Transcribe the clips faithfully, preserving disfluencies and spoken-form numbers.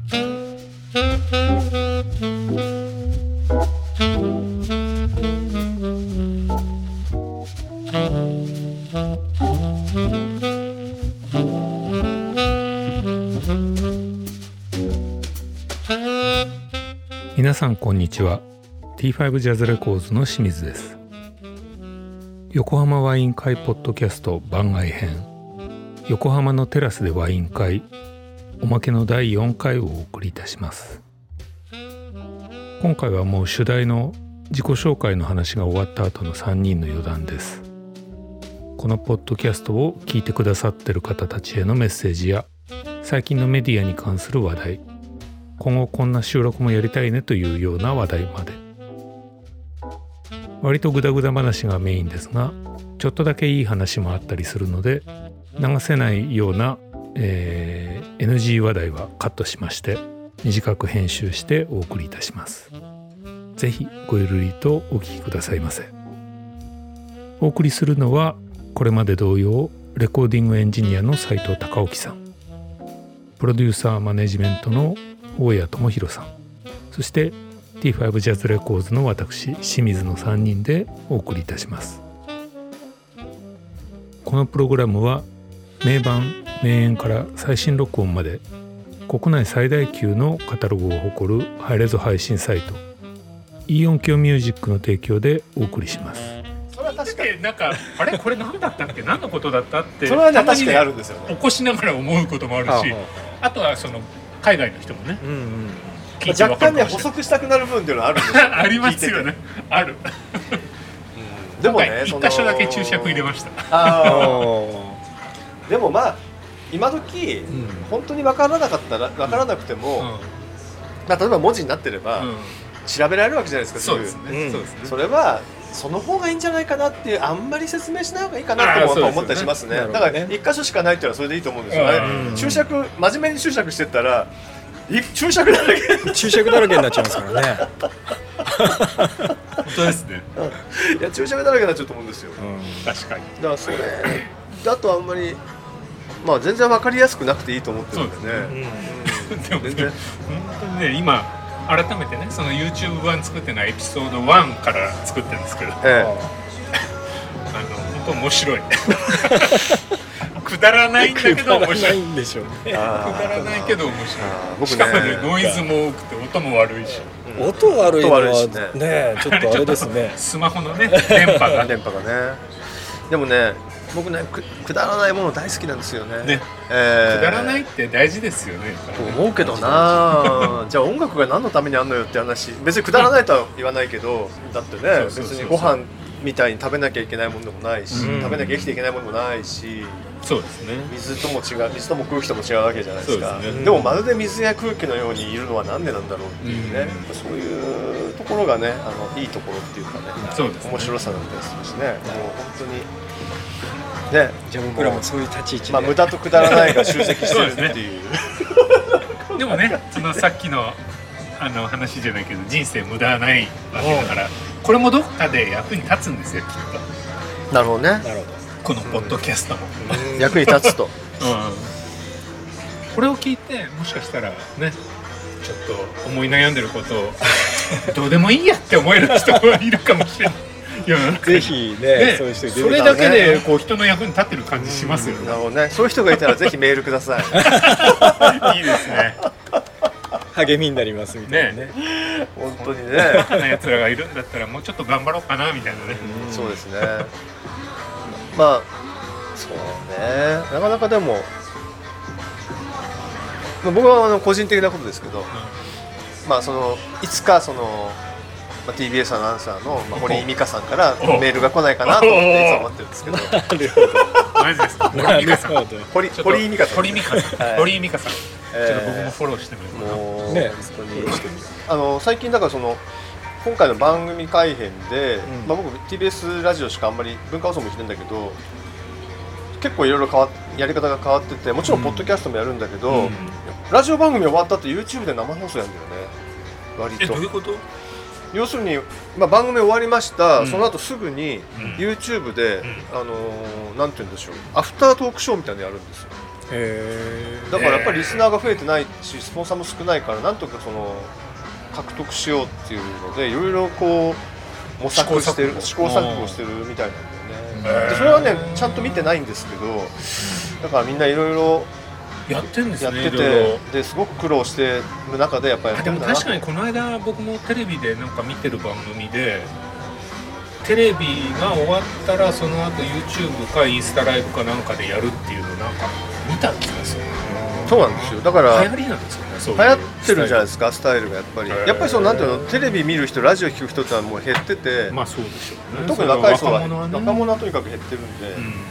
皆さんこんにちは。 ティーファイブ ジャズレコーズの清水です。横浜ワイン会ポッドキャスト番外編、横浜のテラスでワイン会おまけのだいよんかいをお送りいたします。今回はもう主題の自己紹介の話が終わった後のさんにんの余談です。このポッドキャストを聞いてくださっている方たちへのメッセージや最近のメディアに関する話題、今後こんな収録もやりたいねというような話題まで、割とグダグダ話がメインですが、ちょっとだけいい話もあったりするので流せないような、えー、エヌジー 話題はカットしまして短く編集してお送りいたします。ぜひごゆるりとお聞きくださいませ。お送りするのはこれまで同様レコーディングエンジニアの斉藤孝興さん、プロデューサーマネジメントの大谷智弘さん、そして ティーファイブ ジャズレコーズの私清水のさんにんでお送りいたします。このプログラムは名盤名演から最新録音まで国内最大級のカタログを誇るハイレゾ配信サイトイーオンキョミュージックの提供でお送りします。 それは確かになんかあれこれ何だったっけ、何のことだったってそれは、ね、確かにあるんですよね。 起こしながら思うこともあるし、あ, あとはその海外の人もね、うんうん、 若干ね補足したくなる部分っていうのはあるんですよ、ね、 ありますよね。ある、うん、でもね一箇所だけ注釈入れました。 あでもまあ今時、うん、本当に分からなかったら分からなくても、うんまあ、例えば文字になってれば、うん、調べられるわけじゃないですか。 そうですね、うん、そうですね。 それはその方がいいんじゃないかなっていう、あんまり説明しない方がいいかなと思ったりしますね。だから一箇所しかないっていうのはそれでいいと思うんですよ。注釈真面目に注釈してったら注釈だらけ注釈だらけになっちゃいますからね。 本当ですね。 いや注釈だらけになっちゃうと思うんですよ、 うん、確かに。 だからそれだとあんまりまあ全然分かりやすくなくていいと思ってるんでね。 うん、でもね、本当にね今改めてね、その YouTube 版作ってるのはエピソードワンから作ってるんですけど、ええ、あの本当面白い。くだらないんだけど面白い。くだらないんでしょうね。くだらないけど面白い。僕ね、しかもねノイズも多くて音も悪いし、 うん、音悪いのはね、ねちょっとあれですね。 スマホのね電波が電波がね。でもね僕ね く, くだらないもの大好きなんですよね。ね、 えー、くだらないって大事ですよね。 と思うけどな。じゃあ音楽が何のためにあんのよって話。別にくだらないとは言わないけど、だってね別にご飯みたいに食べなきゃいけないものでもないし、うん、食べなきゃ生きていけないものでもないし、 そうですね。 水とも違う、水とも空気とも違うわけじゃないですか。 で, す、ね、 でもまるで水や空気のようにいるのはなんでなんだろうっていうね、うん、そういうところがね、あのいいところっていうかね、 そうですね、 面白さだったりするしね。もう本当に。ね、 じゃあ僕らもそういう立ち位置で、 まあ、無駄とくだらないが集積してるっていう。 で, でもね、そのさっきのあの話じゃないけど、人生無駄はないわけだから、これもどっかで役に立つんですよ、きっと。なるほどね。なるほど。 このポッドキャストも、 うん、役に立つと、うん。 これを聞いて、もしかしたらね、ちょっと思い悩んでることをどうでもいいやって思える人がいるかもしれない。いやぜひ ね, ねそういう人いる、 それだけでこう人の役に立ってる感じしますよね。 なるほどね。そういう人がいたらぜひメールください。いいですね。 励みになりますみたいな ね, ね本当にね。 バカな奴らがいるんだったらもうちょっと頑張ろうかなみたいなね。 うん、そうですね。まあそうね。なかなかでも、まあ、僕はあの個人的なことですけど、うん、まあそのいつかその。まあ、ティービーエス アナウンサーの、まあ、堀井美香さんからメールが来ないかなと思っていつも思ってるんですけど。 なるほど。マジですか。堀井美香さん。 堀井美香さん。 堀井美香さん。堀井美香さん。ちょっと僕もフォローしてみる。 もうね、本当にあの最近だからその今回の番組改編で、うんまあ、僕 ティービーエス ラジオしかあんまり文化放送もしてるんだけど、結構いろいろ変わやり方が変わってて、もちろんポッドキャストもやるんだけど、うん、ラジオ番組終わった後 YouTube で生放送やるんだよね。割と。 え、どういうこと？ 要するに、まあ、番組終わりました、うん、その後すぐに YouTube で、うん、あのー、なんて言うんでしょう、アフタートークショーみたいなのやるんですよ。 へだからやっぱりリスナーが増えてないしスポンサーも少ないからなんとかその獲得しようっていうのでいろいろこう模索してる試行錯誤してるみたいなんだよね。でそれはねちゃんと見てないんですけどだからみんないろいろやってんですね。 やっててですごく苦労してる中でやっぱりやってでもるんだな。 確かにこの間僕もテレビでなんか見てる番組でテレビが終わったらその後 YouTube かインスタライブかなんかでやるっていうのなんか見た気がする。 そうなんですよ。だから流行りなんですかね。そういう流行ってるんじゃないですかスタイルがやっぱりやっぱりそのなんていうのテレビ見る人ラジオ聞く人ってのはもう減ってて、 まあそうでしょうね。 特に若い人は若者はね、 若者はとにかく減ってるんで、 うんうん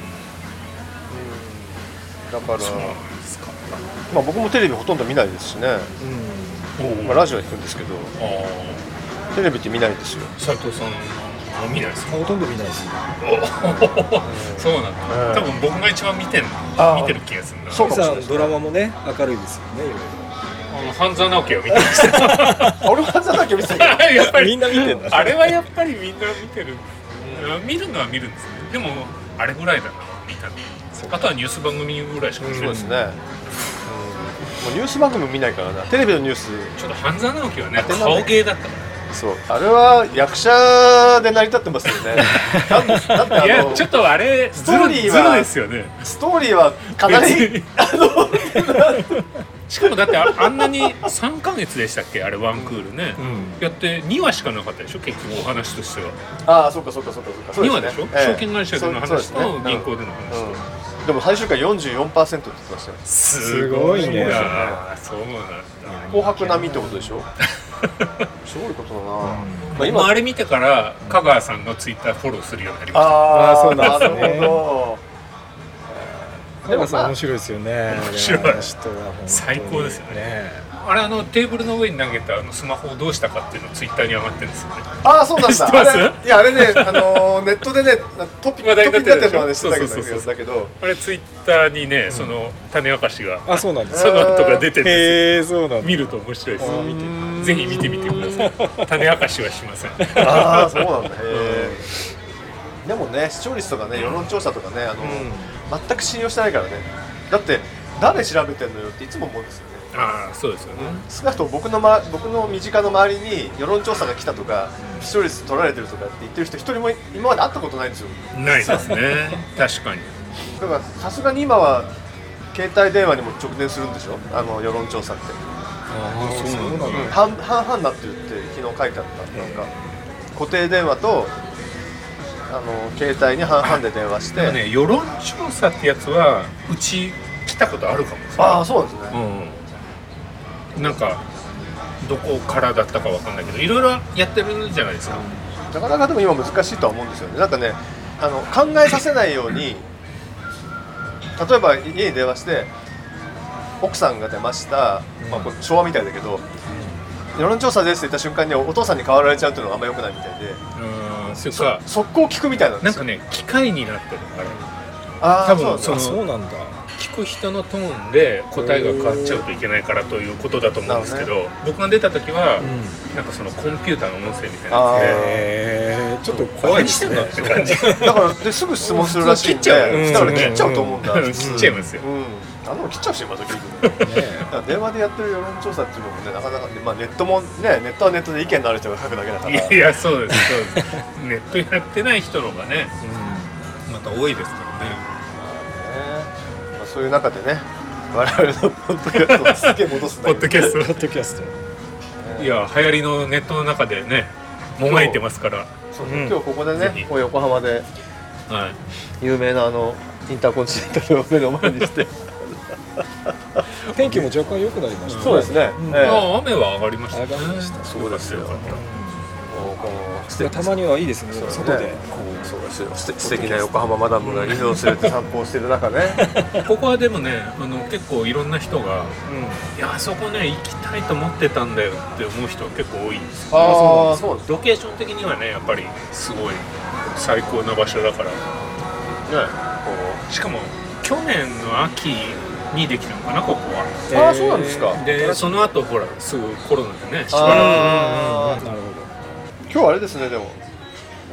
だからそうなんですか。 まあ僕もテレビほとんど見ないですしね、 おまあ、ラジオは聞くんですけどあテレビって見ないんですよ。 斉藤さんも見ないですか。 ほとんど見ないですそうなんだ、 うん多分僕が一番見てんのあ見てる気がするな。 そうかもしれないさんドラマもね明るいですよねいろいあの半沢直樹を見てました俺はだけ見てたけどやっぱりみんな見てんだあれはやっぱりみんな見てる、うん、見るのは見るんですね。でもあれぐらいだな見たの。あとはニュース番組ぐらいしか見ない、 そうですね、うん、もうニュース番組も見ないからなテレビのニュースちょっと半沢直樹はね当てにならない顔芸だったからそうあれは役者で成り立ってますよねだってだってあのいやちょっとあれストーリーはずるずるですよね。 ストーリーはかなり別にしかもだって あ, あんなにさんかげつでしたっけあれワンクールね、 うんやってにわしかなかったでしょ結局お話としては。 ああそうかそうかそうかそうかにわでしょ、 ええ証券会社での話とそうそうですね銀行での話と、 うんでも最終回 よんじゅうよんパーセント って言ってましたよ。 すごいねなそうなんだ。 紅白並みってことでしょすごいことだな、まあ、 今あれ見てから香川さんのツイッターフォローするようになりました。 ああそうなんですねなるほど香川さん面白いですよね面白い人は本当に最高ですよねあれあのテーブルの上に投げたあのスマホをどうしたかっていうのをツイッターに上がってるんですよね。 ああそうなんだ知ってますあれいやあれね、あのー、ネットでねトピック話題になってるでしょの話してたけどそうそうそうそうだけどあれツイッターにね、その種明かしがあそうなんですその後が出てるんですよ。 へえそうなんだ見ると面白いです。 見てぜひ見てみてください。種明かしはしません。 ああそうなんだへえでもね視聴率とかね世論調査とかねあの、全く信用してないからねだって誰調べてんのよっていつも思うんですよね。 ああそうですよね。 少なくとも僕の、ま、僕の身近の周りに世論調査が来たとか視聴率取られてるとかって言ってる人一人も今まで会ったことないんですよ。 ないですね。確かに。 だからさすがに今は携帯電話にも直電するんでしょあの世論調査って。 ああそうなんだうん半半々になってるって昨日書いてあったなんか固定電話とあの携帯に半々で電話してでもね世論調査ってやつはうち来たことあるかもしれない。 ああそうなんですね、 うん、なんかどこからだったかわかんないけどいろいろやってるじゃないですか。 なかなかでも今難しいとは思うんですよね。なんかねあの考えさせないように例えば家に電話して奥さんが出ました、まあ、これ昭和みたいだけど、世論調査ですって言った瞬間にお父さんに変わられちゃうっていうのがあんま良くないみたいでうんそれか速攻聞くみたいなんですよ。 なんかね機械になってるあれあ多分ーそうそのそうなんだ聞く人のトーンで答えが変わっちゃうといけないからということだと思うんですけど、僕が出た時は、なんかそのコンピューターの音声みたいなやつでへーちょっと怖いですね何してんのって感じだからですぐ質問するらしいんで切っちゃうだから切っちゃうと思うんだ、 うん切っちゃいますよ。 うんあの切っちゃうし今時だから電話でやってる世論調査っていうのもねなかなかね、まあ、ネットもねネットはネットで意見のある人が書くだけだからいやいやそうですそうですネットやってない人の方がね、また多いですからね。 まあ、そういう中でね我々のポッドキャストをすげえ戻すんだけどポッドキャスポッドキャストトいや流行りのネットの中でねもがいてますから。 そううん今日ここでぜひねこう横浜ではい有名なあのインターコンチネンタルを目の前にして天気も若干良くなりましたねそうですね、 うんええあ雨は上がりましたね。 上がりましたそうですよよかったよかっもうこのいやたまにはいいですねそうね外でこそうですよすて素敵な横浜マダムが犬を連れて散歩をしてる中ねたここはでもねあの結構いろんな人がう、 いやあそこね行きたいと思ってたんだよって思う人は結構多いんですよ。 ああそうなんですロケーション的にはねやっぱりすごい最高な場所だから。 ねしかも去年の秋にできたのかなここは。 んああそうなんですかでその後ほらすぐコロナでねしばらあーなるほ今日はあれですねでも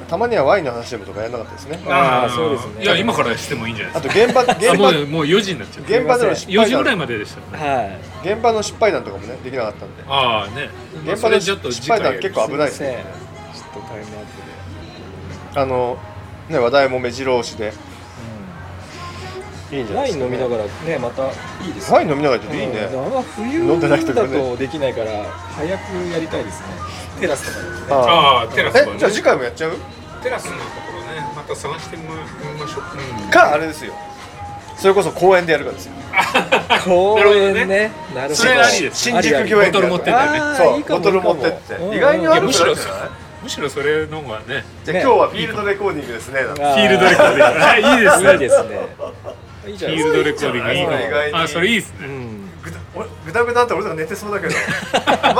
たまにはワインの話でもとかやらなかったですね。 ああそうですね。 いや今からしてもいいんじゃないあですか。 と現場現場もうもうよじになっちゃう。 現場での失よじ敗談ぐらいまででしたね。 はい。 現場の失敗談とかもねできなかったんで、 ああね。 現場の失敗談結構危ないですね。 ちょっとタイムアップあのね話題も目白押しでいいんじゃないですか、ね。 ワイン飲みながらねまたいいですね。 ワイン飲みながらっていいね。 あ冬だとできないから早くやりたいですね。テラスとかでね。 ああテラスはね。 えじゃあ次回もやっちゃう？ テラスのところねまた探してみましょう。 うん、かあれですよ。それこそ公園でやるかですよ。 公園ね。なるほど。 それありです。 新宿御苑ボトル持ってってね。 そうボトル持ってって。意外に悪くないじゃない？ むしろそれの方がね。 じゃあ今日はフィールドレコーディングですね。 フィールドレコーディング。いいですね。 いいですね。 フィールドレコーディングいいかも。あそれいいですね。 ぐだぐだって俺とか寝てそうだけど。 や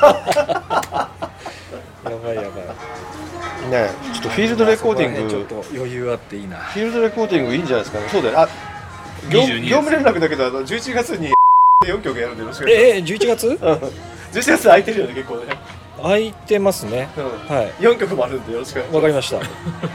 ばいやばい。 ねちょっとフィールドレコーディングちょっと余裕あっていいな。 フィールドレコーディングいいんじゃないですかね。そうだよ。あ業務連絡だけどあのじゅういちがつによんきょくやるんでよろしくお願いします。 ええじゅういちがつ？ じゅういちがつ空いてるよね結構ね。 空いてますね。はい。 よんきょくもあるんでよろしくお願いします。 わかりました。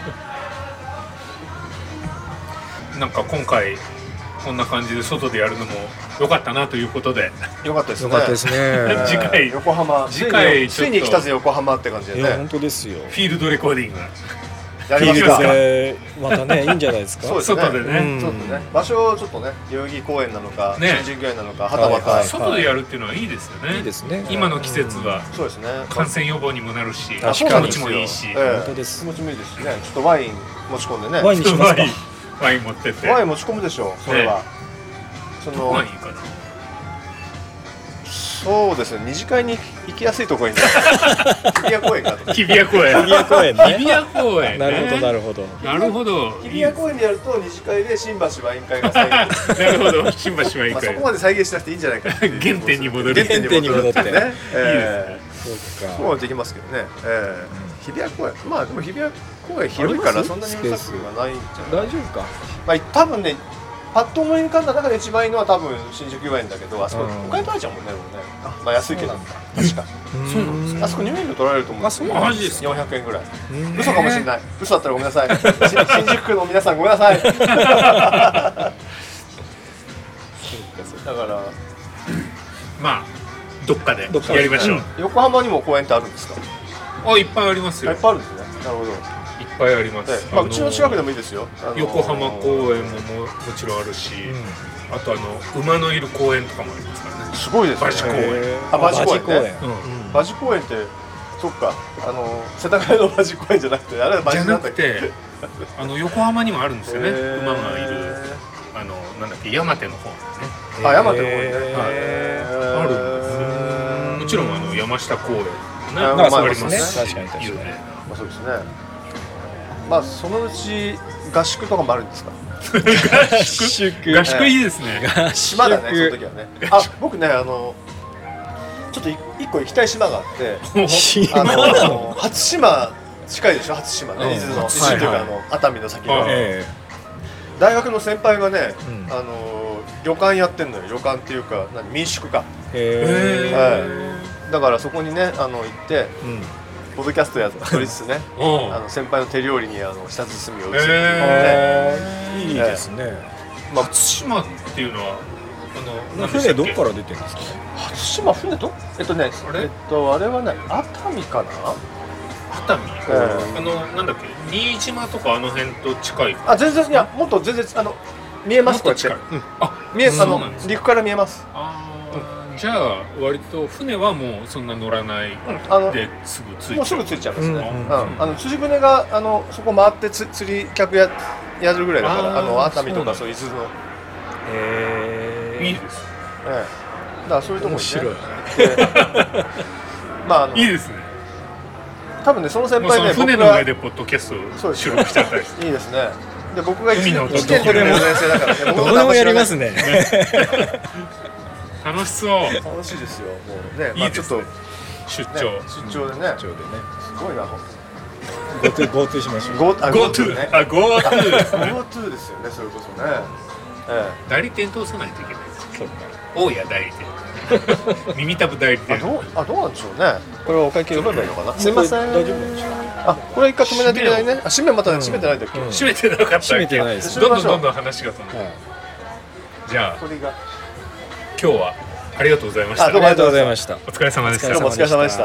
なんか今回こんな感じで外でやるのも良かったなということで。 良かったですね。 良かったですね。 次回横浜次回ついに来たぜ横浜って感じでね。 いや本当ですよ。 フィールドレコーディング。 やりますか。 またねいいんじゃないですか。 そうですね。 外でね。 ちょっとね場所をちょっとね代々木公園なのか新宿御苑なのかはたまた外でやるっていうのはいいですよね。 いいですね。 今の季節はそうですね。 感染予防にもなるし気確かに持ちもいいし。 本当です。 気持ちもいいですしね。ちょっとワイン持ち込んでね。 ワインにしますか。 ワイン持ってって。 ワイン持ち込むでしょう。それは。そのワインかな。 そうですね。二次会に行きやすいところに。日比谷公園かと。 日比谷公園。 日比谷公園ね。 日比谷公園。 なるほどなるほど。 なるほど。 日比谷公園でやると二次会で新橋ワイン会が再現。 なるほど。新橋ワイン会。 そこまで再現しなくていいんじゃないか。 原点に戻る。 原点に戻ってね。いいですね。 そうか。そうできますけどね。日比谷公園。まあでも日比谷公園広いからそんなにうるさくはないんじゃない。 大丈夫か。 まあ多分ね。パッと思い浮かんだ中で一番いいのは多分新宿御苑だけどあそこお金取られちゃうもんね。まあ安いけど確かそうなんですか。 あそこ入園料取られると思うんですよ。 マジですか。 よんひゃくえんぐらい。嘘かもしれない。嘘だったらごめんなさい。新宿区の皆さんごめんなさい。だからまあどっかでやりましょう。 横浜にも公園ってあるんですか。 あいっぱいありますよ。 いっぱいあるんですね。なるほど。 いっぱいあります。 まあうちの近くでもいいですよ。 横浜公園ももちろんあるし、あとあの馬のいる公園とかもありますからね。 すごいですね。 馬事公園。 あ馬事公園ね。馬事公園ってそっかあの世田谷の馬事公園じゃなくてあれは馬事なんだっけ。じゃなくてあの横浜にもあるんですよね。馬がいるあのなんだっけ山手の方ね。 あ山手の方にね。 あるんです。もちろんあの山下公園ね。 ありますね。 確かに確かに。 まあそうですね。まあそのうち合宿とかもあるんですか。 合宿合宿いいですね。 島だねその時はね。あ僕ねあのちょっと一個行きたい島があってあの初島近いでしょ初島ね伊豆の伊豆というかあの熱海の先の大学の先輩がねあの旅館やってんのよ。旅館っていうか何民宿か。だからそこにねあの行ってポッドキャストや撮りつつねあの先輩の手料理にあの舌包みを打つっていうね。いいですね。 まあ初島っていうのはあの船どっから出てるんですか。 初島船どえっとねえっとあれはね熱海かな。 熱海。あのなんだっけ新島とかあの辺と近い。 あ全然いやもっと全然あの見えますこうやって。あ見えあの陸から見えます。 じゃあ割と船はもうそんな乗らないですぐ着いちゃう。 もうすぐ着いちゃいますね。あの釣り船があのそこ回ってつ釣り客ややるぐらいだからあの熱海とかそう伊豆の。 へえ。いいです。 ええ。だからそういうところにね。まああのいいですね。 多分ねその先輩ね船の上でポッドキャスト収録しちゃったりして。 いいですね。で僕が一年取ってる年生だからね。 どこでもやりますね。 楽しそう。 楽しいですよ。もうね、まあちょっと出張出張でね。 出張でね。 すごいな。 ゴートゥー ゴートゥーしましょう。 ゴートゥーね。あ ゴートゥーですね。 ゴートゥーですよね。それこそね。ええ。代理店通さないといけない。そうか。大家代理店。耳たぶ代理店。 あどうあどうなんでしょうね。これはお会計読めばいいのかな。すみません。 大丈夫なんでしょうか。 あ、これ一回止めないといけないね。あ、締めまた、ね、締めてないんだっけ、うん、 締めてなかったっけ。 締めてないです。 どんどんどんどん話が飛んで、はい、じゃあこれが今日はありがとうございました。 あ、どうもありがとうございました。 お疲れ様でした。 どうもお疲れ様でした。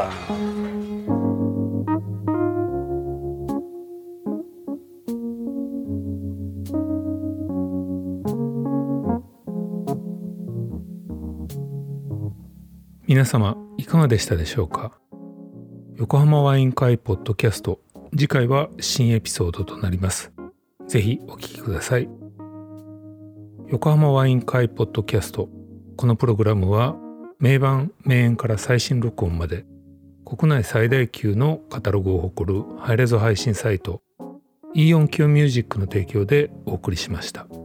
皆様いかがでしたでしょうか。横浜ワイン会ポッドキャスト、次回は新エピソードとなります。ぜひお聞きください。横浜ワイン会ポッドキャスト、このプログラムは名盤名演から最新録音まで国内最大級のカタログを誇るハイレゾ配信サイトイーオンキューミュージックの提供でお送りしました。